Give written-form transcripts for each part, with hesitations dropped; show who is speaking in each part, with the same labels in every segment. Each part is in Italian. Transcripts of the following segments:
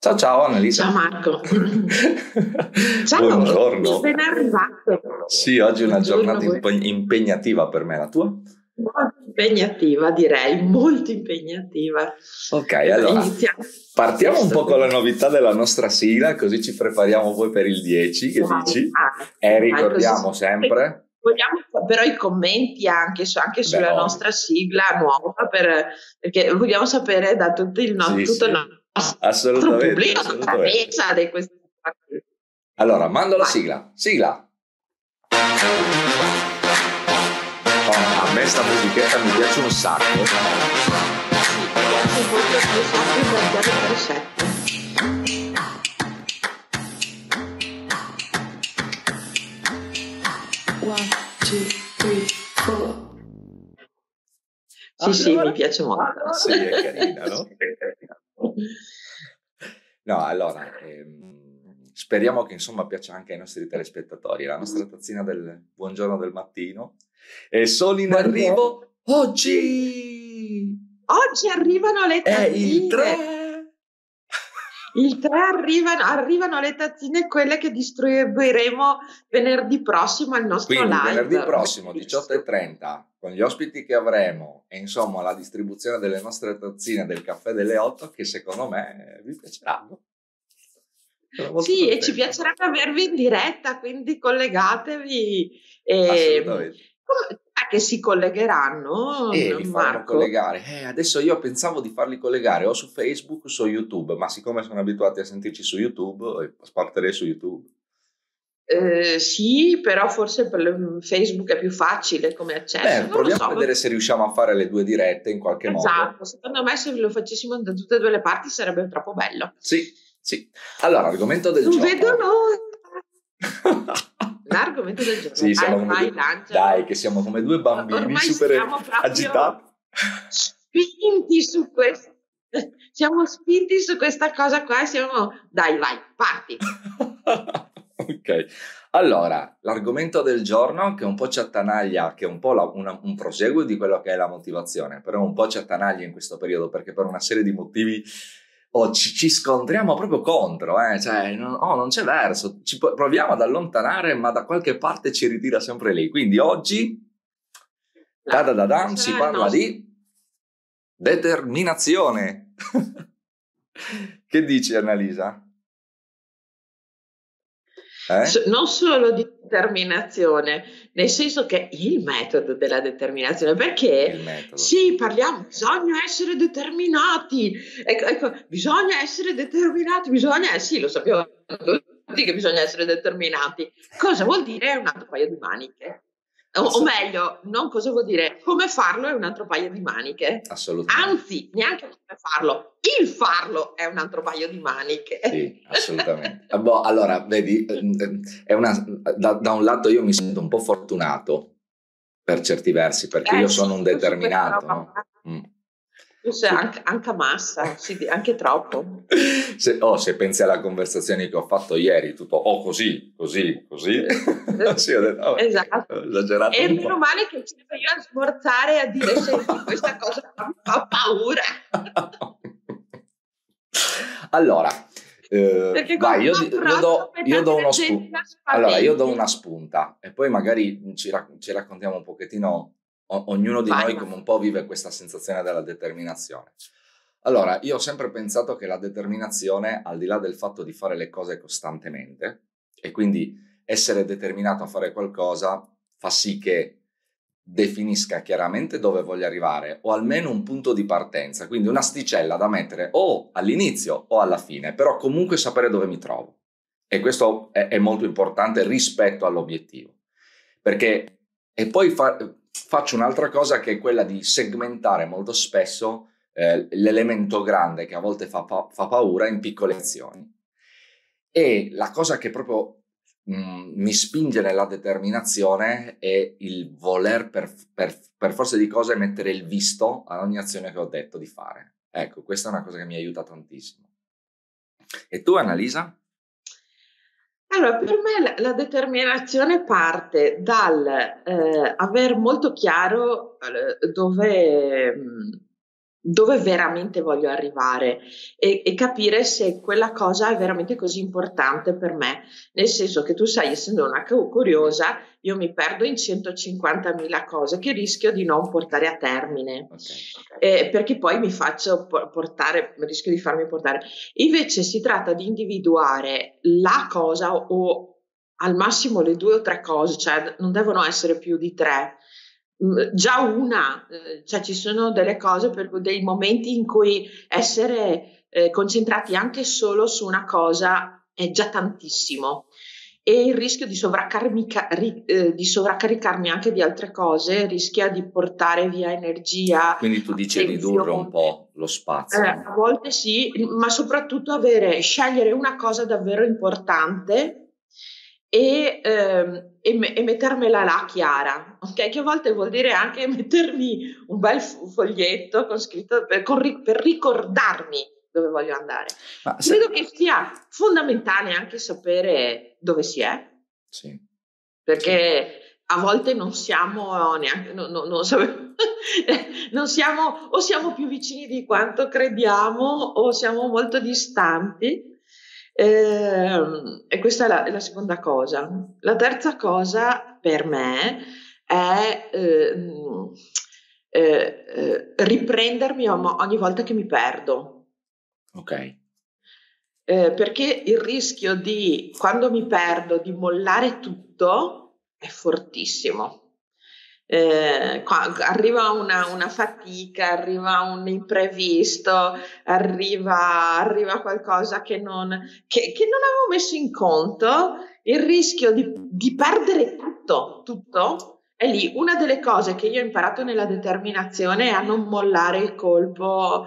Speaker 1: Ciao ciao
Speaker 2: Ciao
Speaker 1: Annalisa.
Speaker 2: Marco. Ciao,
Speaker 1: Buongiorno.
Speaker 2: ben arrivato.
Speaker 1: Sì, oggi è una
Speaker 2: Buongiorno,
Speaker 1: giornata impegnativa per me, la tua?
Speaker 2: molto impegnativa direi, molto impegnativa.
Speaker 1: Ok, allora
Speaker 2: Iniziamo
Speaker 1: partiamo un po'
Speaker 2: questo.
Speaker 1: con la novità della nostra sigla, così ci prepariamo poi per il 10, che dici? E
Speaker 2: Vai, così.
Speaker 1: ricordiamo sempre,
Speaker 2: Vogliamo però i commenti anche
Speaker 1: beh,
Speaker 2: sulla
Speaker 1: ovvio.
Speaker 2: nostra sigla nuova, perché vogliamo sapere da
Speaker 1: Sì,
Speaker 2: tutto il
Speaker 1: sì,
Speaker 2: nostro
Speaker 1: assolutamente,
Speaker 2: pubblico cosa
Speaker 1: assolutamente.
Speaker 2: pensa di questa.
Speaker 1: Allora, mando la
Speaker 2: Vai.
Speaker 1: sigla. Sigla. Oh, a me sta musichetta mi piace un sacco.
Speaker 2: Mi piace molto più sempre guardare per 7.
Speaker 3: One, two, three, four.
Speaker 2: Sì, sì, mi
Speaker 1: Allora?
Speaker 2: piace molto.
Speaker 1: Sì, è carina, no? No, allora, speriamo che insomma piaccia anche ai nostri telespettatori. La nostra tazzina del buongiorno del mattino. E sono in
Speaker 2: Buongiorno.
Speaker 1: arrivo oggi!
Speaker 2: Oggi arrivano le
Speaker 1: È il
Speaker 2: tazzine.
Speaker 1: 3!
Speaker 2: Il 3 arrivano le tazzine, quelle che distribuiremo venerdì prossimo al nostro
Speaker 1: Quindi venerdì
Speaker 2: live.
Speaker 1: prossimo
Speaker 2: Bellissimo.
Speaker 1: 18:30 con gli ospiti che avremo e insomma la distribuzione delle nostre tazzine del caffè delle 8 che secondo me vi piaceranno. Sono molto
Speaker 2: Sì, e ci
Speaker 1: contento.
Speaker 2: piacerebbe avervi in diretta, quindi collegatevi.
Speaker 1: Assolutamente.
Speaker 2: Come è che si collegheranno,
Speaker 1: Li faremo
Speaker 2: Marco?
Speaker 1: collegare. Adesso io pensavo di farli collegare o su Facebook o su YouTube, ma siccome sono abituati a sentirci su YouTube, partirei su YouTube.
Speaker 2: Sì, però forse Facebook è più facile come accesso,
Speaker 1: Beh,
Speaker 2: non lo
Speaker 1: proviamo a
Speaker 2: so.
Speaker 1: vedere se riusciamo a fare le due dirette in qualche modo.
Speaker 2: Esatto, secondo me se lo facessimo da tutte e due le parti sarebbe troppo bello.
Speaker 1: Sì, sì. Allora, argomento del
Speaker 2: Non vedo
Speaker 1: giorno.
Speaker 2: l'ora. L'argomento del giorno.
Speaker 1: Sì, siamo come
Speaker 2: Vai,
Speaker 1: due,
Speaker 2: lancialo.
Speaker 1: dai, che siamo come due bambini
Speaker 2: Ormai
Speaker 1: super
Speaker 2: siamo proprio
Speaker 1: agitati.
Speaker 2: spinti su questo. Siamo spinti su questa cosa qua. Dai, vai, parti.
Speaker 1: Ok, allora, l'argomento del giorno che un po' ci attanaglia, che è un po' un proseguo di quello che è la motivazione, però un po' ci attanaglia in questo periodo perché per una serie di motivi ci scontriamo proprio contro, cioè non c'è verso, proviamo ad allontanare ma da qualche parte ci ritira sempre lì, quindi oggi si
Speaker 2: Sarà il
Speaker 1: parla
Speaker 2: nostro.
Speaker 1: di determinazione. Che dici Annalisa?
Speaker 2: Non solo di determinazione, nel senso che il metodo della determinazione, perché
Speaker 1: Il metodo, sì.
Speaker 2: sì, parliamo, bisogna essere determinati, ecco, bisogna essere determinati, sì, lo sappiamo tutti che bisogna essere determinati. Cosa vuol dire? È un altro paio di maniche. O meglio, non cosa vuol dire, come farlo è un altro paio di maniche.
Speaker 1: Assolutamente.
Speaker 2: Anzi, neanche come farlo, il farlo è un altro paio di maniche.
Speaker 1: Sì, assolutamente. Allora, vedi, da un lato io mi sento un po' fortunato per certi versi, perché io sono
Speaker 2: Sì,
Speaker 1: un
Speaker 2: io su questa
Speaker 1: determinato,
Speaker 2: roba
Speaker 1: no?
Speaker 2: qua, tu sei
Speaker 1: Sì.
Speaker 2: anche a massa, sì, anche troppo.
Speaker 1: Se pensi alla conversazione che ho fatto ieri, tutto, così. Sì, ho detto, vabbè,
Speaker 2: Esatto.
Speaker 1: ho esagerato
Speaker 2: E
Speaker 1: un
Speaker 2: meno
Speaker 1: po'.
Speaker 2: male che c'ero io a smorzare e a dire, senti, questa cosa qua mi fa paura.
Speaker 1: Allora,
Speaker 2: Perché con
Speaker 1: vai,
Speaker 2: un approccio
Speaker 1: io do uno
Speaker 2: energetica
Speaker 1: allora, io do
Speaker 2: spaventi.
Speaker 1: una spunta e poi magari ci raccontiamo un pochettino, ognuno di
Speaker 2: Vai,
Speaker 1: noi
Speaker 2: vai.
Speaker 1: come un po' vive questa sensazione della determinazione. Allora, io ho sempre pensato che la determinazione, al di là del fatto di fare le cose costantemente, e quindi essere determinato a fare qualcosa, fa sì che definisca chiaramente dove voglio arrivare o almeno un punto di partenza, quindi un'asticella da mettere o all'inizio o alla fine, però comunque sapere dove mi trovo. E questo è molto importante rispetto all'obiettivo. Perché, e poi faccio un'altra cosa che è quella di segmentare molto spesso l'elemento grande che a volte fa paura in piccole azioni. E la cosa che proprio mi spinge nella determinazione è il voler per forza di cose mettere il visto ad ogni azione che ho detto di fare. Ecco, questa è una cosa che mi aiuta tantissimo. E tu, Annalisa?
Speaker 2: Allora, per me la determinazione parte dal aver molto chiaro dove, dove veramente voglio arrivare e capire se quella cosa è veramente così importante per me. Nel senso che tu sai, essendo una curiosa, io mi perdo in 150.000 cose che rischio di non portare a termine, perché poi mi faccio portare, rischio di farmi portare. Invece si tratta di individuare la cosa o al massimo le 2 o 3 cose, cioè non devono essere più di 3. Già una, cioè ci sono delle cose, dei momenti in cui essere concentrati anche solo su una cosa è già tantissimo, e il rischio di sovraccaricarmi anche di altre cose rischia di portare via energia.
Speaker 1: Quindi tu dici ridurre un po' lo spazio.
Speaker 2: A volte sì, ma soprattutto scegliere una cosa davvero importante e mettermela là chiara, ok? Che a volte vuol dire anche mettermi un bel foglietto con scritto per ricordarmi dove voglio andare. Credo che sia fondamentale anche sapere dove si è,
Speaker 1: sì,
Speaker 2: perché a volte non siamo neanche, non siamo, o siamo più vicini di quanto crediamo o siamo molto distanti. E questa è la seconda cosa. La terza cosa per me è riprendermi ogni volta che mi perdo.
Speaker 1: Ok.
Speaker 2: Perché il rischio quando mi perdo, di mollare tutto è fortissimo. Arriva una fatica, arriva un imprevisto, arriva qualcosa che non avevo messo in conto. Il rischio di perdere tutto è lì. Una delle cose che io ho imparato nella determinazione è a non mollare il colpo.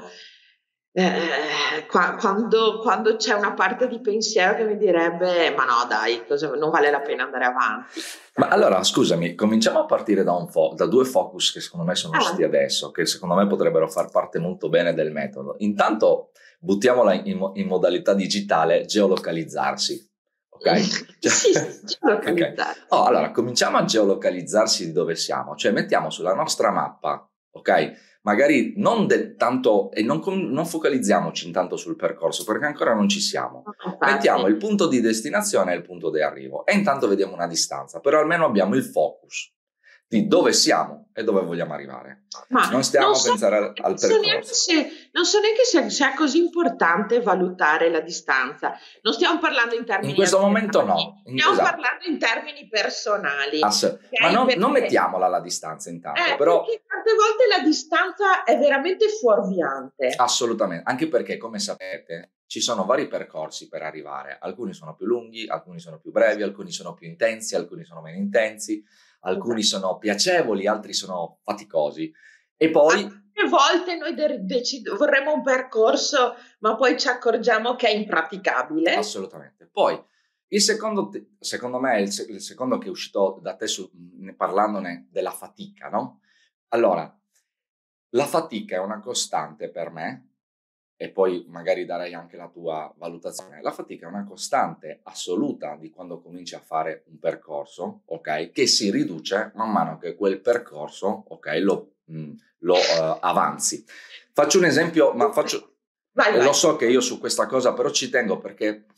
Speaker 2: Quando c'è una parte di pensiero che mi direbbe ma no dai, non vale la pena andare avanti.
Speaker 1: Ma allora scusami, cominciamo a partire da 2 focus che secondo me sono usciti adesso, che secondo me potrebbero far parte molto bene del metodo. Intanto buttiamola in modalità digitale: geolocalizzarsi. Ok?
Speaker 2: Sì, geolocalizzarsi.
Speaker 1: Okay. Allora cominciamo a geolocalizzarsi di dove siamo, cioè mettiamo sulla nostra mappa, ok? Magari non tanto, e non focalizziamoci intanto sul percorso perché ancora non ci siamo. Mettiamo il punto di destinazione e il punto di arrivo e intanto vediamo una distanza, però almeno abbiamo il focus di dove siamo e dove vogliamo arrivare. Non stiamo a pensare al percorso.
Speaker 2: Non so neanche se è così importante valutare la distanza. Non stiamo parlando in termini.
Speaker 1: In questo momento no.
Speaker 2: Stiamo parlando in termini personali.
Speaker 1: Ma non mettiamola la distanza intanto. Però
Speaker 2: perché tante volte la distanza è veramente fuorviante.
Speaker 1: Assolutamente, anche perché come sapete ci sono vari percorsi per arrivare. Alcuni sono più lunghi, alcuni sono più brevi, alcuni sono più intensi, alcuni sono meno intensi. Alcuni sono piacevoli, altri sono faticosi. E poi
Speaker 2: a volte noi vorremmo un percorso, ma poi ci accorgiamo che è impraticabile.
Speaker 1: Assolutamente. Poi il secondo me, il secondo che è uscito da te parlandone della fatica, no? Allora, la fatica è una costante per me, e poi magari darei anche la tua valutazione. La fatica è una costante assoluta di quando cominci a fare un percorso, ok? Che si riduce man mano che quel percorso, ok, lo avanzi. Faccio un esempio, ma vai. Lo so che io su questa cosa però ci tengo perché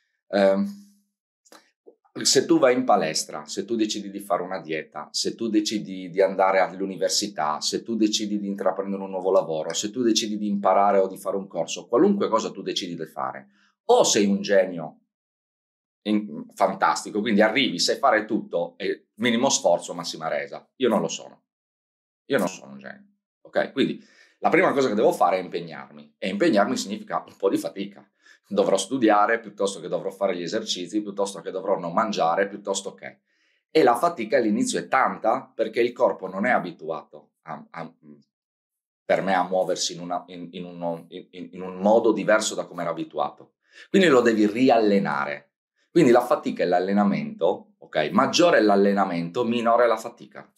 Speaker 1: se tu vai in palestra, se tu decidi di fare una dieta, se tu decidi di andare all'università, se tu decidi di intraprendere un nuovo lavoro, se tu decidi di imparare o di fare un corso, qualunque cosa tu decidi di fare, o sei un genio fantastico, quindi arrivi, sai fare tutto e minimo sforzo, massima resa. Io non lo sono. Io non sono un genio, ok? Quindi la prima cosa che devo fare è impegnarmi, e impegnarmi significa un po' di fatica. Dovrò studiare, piuttosto che dovrò fare gli esercizi, piuttosto che dovrò non mangiare, piuttosto che. E la fatica all'inizio è tanta perché il corpo non è abituato per me a muoversi in un modo diverso da come era abituato. Quindi lo devi riallenare. Quindi la fatica è l'allenamento, ok? Maggiore è l'allenamento, minore è la fatica.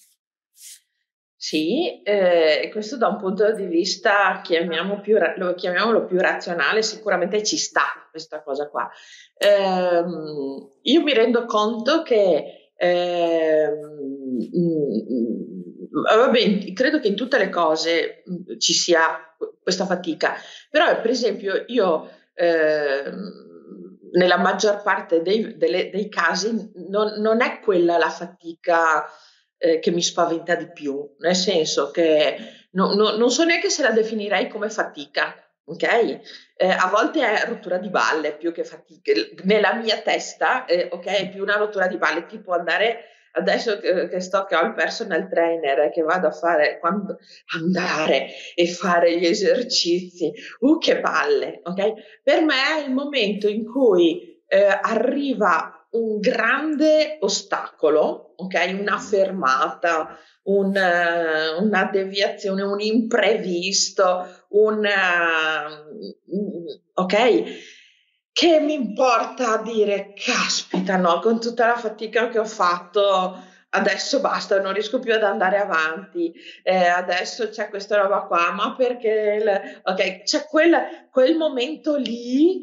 Speaker 2: Sì, questo da un punto di vista, chiamiamolo più razionale, sicuramente ci sta questa cosa qua. Io mi rendo conto che vabbè, credo che in tutte le cose ci sia questa fatica. Però, per esempio, io nella maggior parte dei casi non è quella la fatica che mi spaventa di più, nel senso che non so neanche se la definirei come fatica, ok? A volte è rottura di balle più che fatica. Nella mia testa, ok, è più una rottura di balle, tipo andare adesso che ho il personal trainer che vado a fare, andare e fare gli esercizi, che palle, ok? Per me è il momento in cui arriva un grande ostacolo, ok? Una fermata, una deviazione, un imprevisto, ok? Che mi porta a dire, caspita, no, con tutta la fatica che ho fatto, adesso basta, non riesco più ad andare avanti, adesso c'è questa roba qua, ma perché, ok, c'è quel momento lì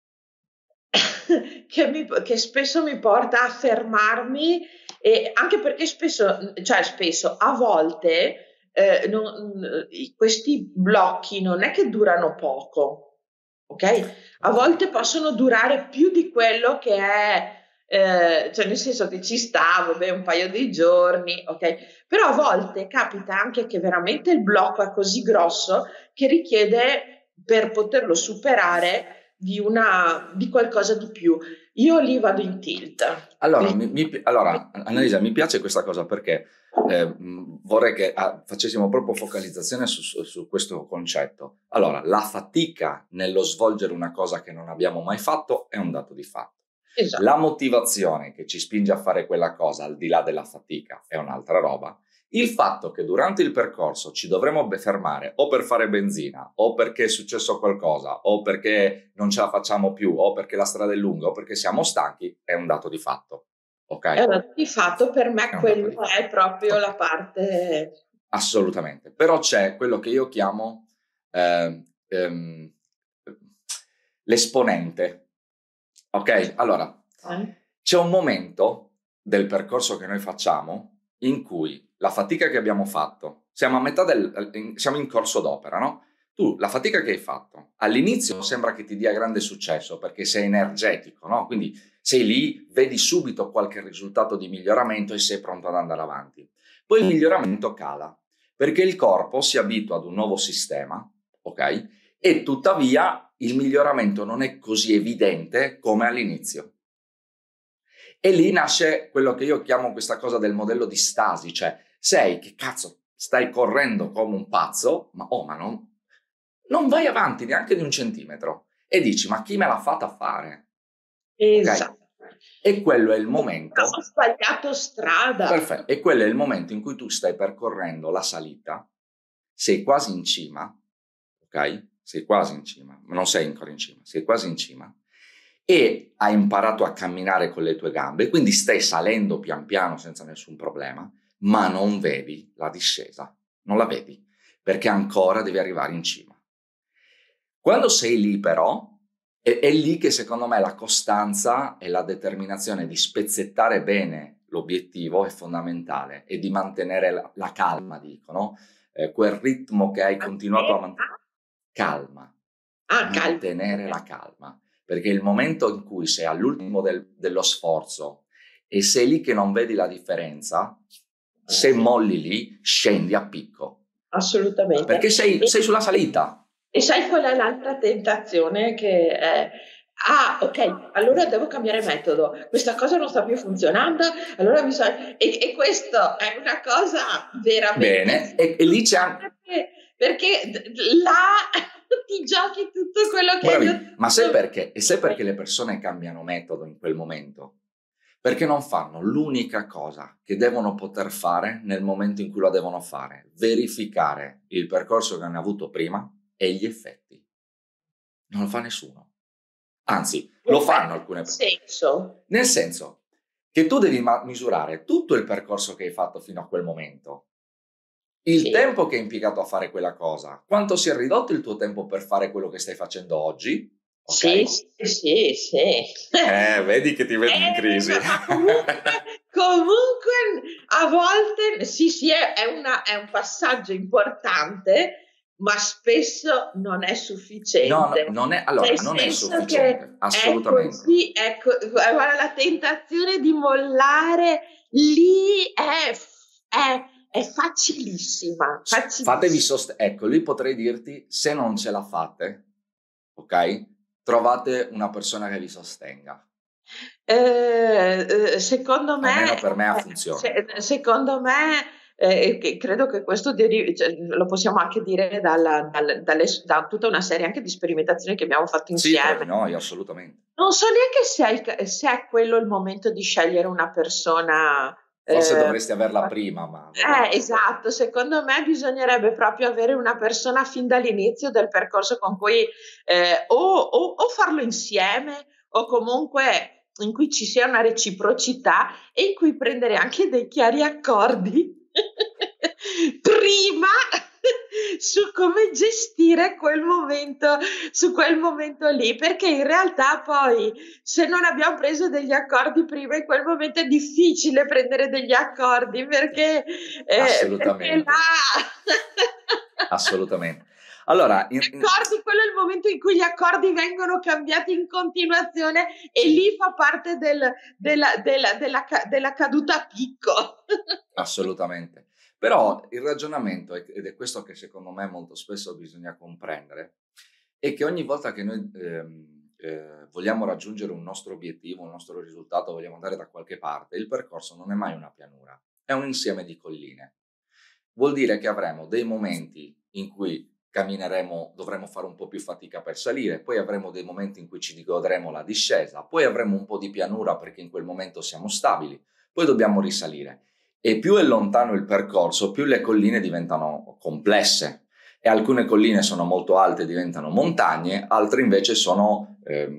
Speaker 2: che spesso mi porta a fermarmi, e anche perché spesso, a volte, questi blocchi non è che durano poco, ok? A volte possono durare più di quello che è, cioè nel senso che ci sta, vabbè, un paio di giorni, ok? Però a volte capita anche che veramente il blocco è così grosso che richiede, per poterlo superare, di qualcosa di più. Io lì vado in tilt.
Speaker 1: Allora, Annalisa, mi piace questa cosa perché vorrei che facessimo proprio focalizzazione su questo concetto. Allora, la fatica nello svolgere una cosa che non abbiamo mai fatto è un dato di fatto.
Speaker 2: Esatto.
Speaker 1: La motivazione che ci spinge a fare quella cosa, al di là della fatica, è un'altra roba. Il fatto che durante il percorso ci dovremo fermare o per fare benzina, o perché è successo qualcosa, o perché non ce la facciamo più, o perché la strada è lunga, o perché siamo stanchi, è un dato di fatto. Okay?
Speaker 2: È un dato di fatto, per me quello è proprio la parte...
Speaker 1: Assolutamente. Però c'è quello che io chiamo l'esponente. Ok? Allora, c'è un momento del percorso che noi facciamo in cui la fatica che abbiamo fatto, siamo a metà siamo in corso d'opera, no? Tu, la fatica che hai fatto, all'inizio sembra che ti dia grande successo perché sei energetico, no? Quindi sei lì, vedi subito qualche risultato di miglioramento e sei pronto ad andare avanti. Poi il miglioramento cala perché il corpo si abitua ad un nuovo sistema, ok? E tuttavia il miglioramento non è così evidente come all'inizio. E lì nasce quello che io chiamo questa cosa del modello di stasi, cioè che cazzo, stai correndo come un pazzo, ma non vai avanti neanche di un centimetro e dici, ma chi me l'ha fatta fare?
Speaker 2: Esatto.
Speaker 1: Okay? E quello è il momento...
Speaker 2: Ho sbagliato strada.
Speaker 1: Perfetto, e quello è il momento in cui tu stai percorrendo la salita, sei quasi in cima, ok? Sei quasi in cima, ma non sei ancora in cima, sei quasi in cima, e hai imparato a camminare con le tue gambe, quindi stai salendo pian piano senza nessun problema, ma non vedi la discesa, non la vedi, perché ancora devi arrivare in cima. Quando sei lì però, è lì che secondo me la costanza e la determinazione di spezzettare bene l'obiettivo è fondamentale e di mantenere la calma, dico, no? Quel ritmo che hai continuato a mantenere. Calma. Mantenere la calma. Perché il momento in cui sei all'ultimo dello sforzo e sei lì che non vedi la differenza, se molli lì, scendi a picco.
Speaker 2: Assolutamente.
Speaker 1: Perché sei sulla salita.
Speaker 2: E sai qual è l'altra tentazione che è? Ok, allora devo cambiare metodo, questa cosa non sta più funzionando, allora bisogna... E questo è una cosa veramente...
Speaker 1: Bene, e lì c'è anche...
Speaker 2: Perché là ti giochi tutto quello che...
Speaker 1: Io... Ma sai perché? E sai perché le persone cambiano metodo in quel momento? Perché non fanno l'unica cosa che devono poter fare nel momento in cui lo devono fare, verificare il percorso che hanno avuto prima e gli effetti. Non lo fa nessuno. Anzi, lo fanno alcune persone. Nel senso che tu devi misurare tutto il percorso che hai fatto fino a quel momento, il tempo che hai impiegato a fare quella cosa, quanto si è ridotto il tuo tempo per fare quello che stai facendo oggi. Okay?
Speaker 2: Sì.
Speaker 1: Vedi che ti vedi in crisi.
Speaker 2: Comunque a volte sì, è un passaggio importante, ma spesso non è
Speaker 1: No,
Speaker 2: sufficiente.
Speaker 1: non è,
Speaker 2: Nel
Speaker 1: allora, non è
Speaker 2: senso
Speaker 1: sufficiente,
Speaker 2: che
Speaker 1: assolutamente.
Speaker 2: così, guarda, la tentazione di mollare lì è facilissima,
Speaker 1: Fatevi
Speaker 2: facilissima.
Speaker 1: ecco, lì potrei dirti, se non ce la fate, ok? Trovate una persona che vi sostenga.
Speaker 2: Secondo
Speaker 1: Almeno
Speaker 2: me,
Speaker 1: per me funziona.
Speaker 2: secondo me, che credo che questo cioè, lo possiamo anche dire da tutta una serie anche di sperimentazioni che abbiamo fatto
Speaker 1: Sì, tra di
Speaker 2: insieme.
Speaker 1: noi, assolutamente.
Speaker 2: Non so neanche se è quello il momento di scegliere una persona.
Speaker 1: Forse dovresti averla prima, ma vabbè.
Speaker 2: Esatto, secondo me bisognerebbe proprio avere una persona fin dall'inizio del percorso con cui o farlo insieme o comunque in cui ci sia una reciprocità e in cui prendere anche dei chiari accordi prima su come gestire quel momento, su quel momento lì, perché in realtà poi se non abbiamo preso degli accordi prima in quel momento è difficile prendere degli accordi perché
Speaker 1: Assolutamente.
Speaker 2: là
Speaker 1: Assolutamente. Allora,
Speaker 2: gli accordi, quello è il momento in cui gli accordi vengono cambiati in continuazione e lì fa parte della caduta a picco.
Speaker 1: assolutamente. Però il ragionamento, ed è questo che secondo me molto spesso bisogna comprendere, è che ogni volta che noi vogliamo raggiungere un nostro obiettivo, un nostro risultato, vogliamo andare da qualche parte, il percorso non è mai una pianura, è un insieme di colline. Vuol dire che avremo dei momenti in cui cammineremo, dovremo fare un po' più fatica per salire, poi avremo dei momenti in cui ci godremo la discesa, poi avremo un po' di pianura perché in quel momento siamo stabili, poi dobbiamo risalire. E più è lontano il percorso, più le colline diventano complesse. E alcune colline sono molto alte, diventano montagne, altre invece sono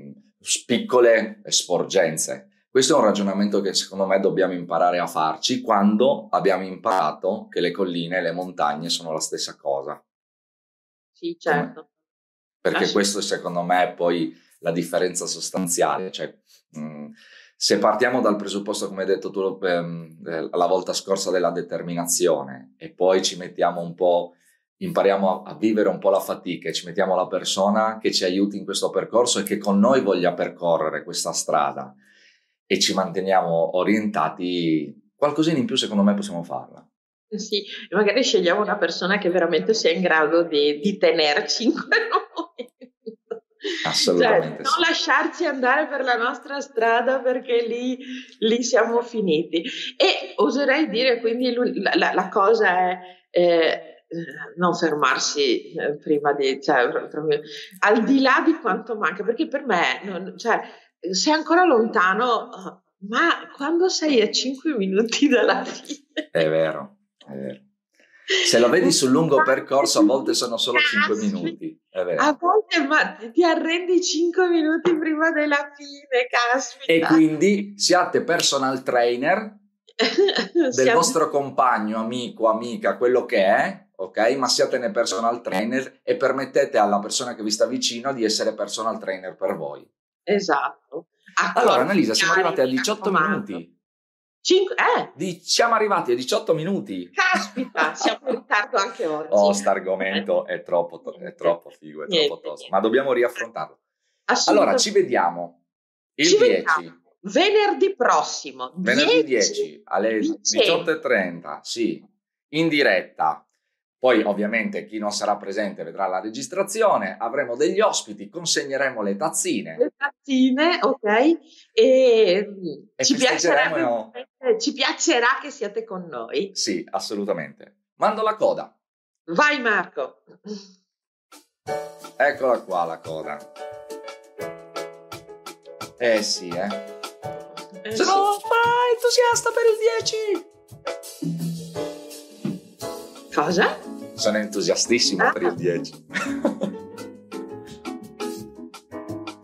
Speaker 1: piccole sporgenze. Questo è un ragionamento che secondo me dobbiamo imparare a farci quando abbiamo imparato che le colline e le montagne sono la stessa cosa.
Speaker 2: Sì, certo.
Speaker 1: Perché questo secondo me è poi la differenza sostanziale. Cioè, se partiamo dal presupposto, come hai detto tu la volta scorsa, della determinazione e poi ci mettiamo un po', impariamo a vivere un po' la fatica e ci mettiamo la persona che ci aiuti in questo percorso e che con noi voglia percorrere questa strada e ci manteniamo orientati, qualcosina in più secondo me possiamo farla.
Speaker 2: Sì, magari scegliamo una persona che veramente sia in grado di tenerci in quel momento.
Speaker 1: Assolutamente
Speaker 2: Cioè, non
Speaker 1: sì.
Speaker 2: lasciarci andare per la nostra strada perché lì siamo finiti. E oserei dire, quindi la cosa è non fermarsi prima cioè, proprio, al di là di quanto manca, perché per me, cioè, sei ancora lontano, ma quando sei a 5 minuti dalla fine.
Speaker 1: È vero, è vero. Se lo vedi sul lungo percorso, a volte sono solo 5 minuti, è vero.
Speaker 2: A volte ma ti arrendi 5 minuti prima della fine, caspita.
Speaker 1: E quindi siate personal trainer del vostro compagno, amico, amica, quello che è, ok? Ma siatene personal trainer e permettete alla persona che vi sta vicino di essere personal trainer per voi.
Speaker 2: Esatto.
Speaker 1: Allora, Annalisa, siamo arrivati a 18 minuti. Siamo arrivati a 18 minuti.
Speaker 2: Caspita, siamo in ritardo anche oggi.
Speaker 1: Oh, st'argomento è troppo figo, è troppo tosto, ma dobbiamo riaffrontarlo. Allora, ci vediamo il 10.
Speaker 2: Vediamo. Venerdì prossimo.
Speaker 1: Venerdì 10 alle 18:30, sì, in diretta. Poi ovviamente chi non sarà presente vedrà la registrazione, avremo degli ospiti, consegneremo le tazzine.
Speaker 2: Le tazzine, ok, e ci piacerà che siate con noi.
Speaker 1: Sì, assolutamente. Mando la coda.
Speaker 2: Vai Marco.
Speaker 1: Eccola qua la coda. Sì, Sono entusiasta per il 10.
Speaker 2: Cosa?
Speaker 1: Sono entusiastissimo per il 10.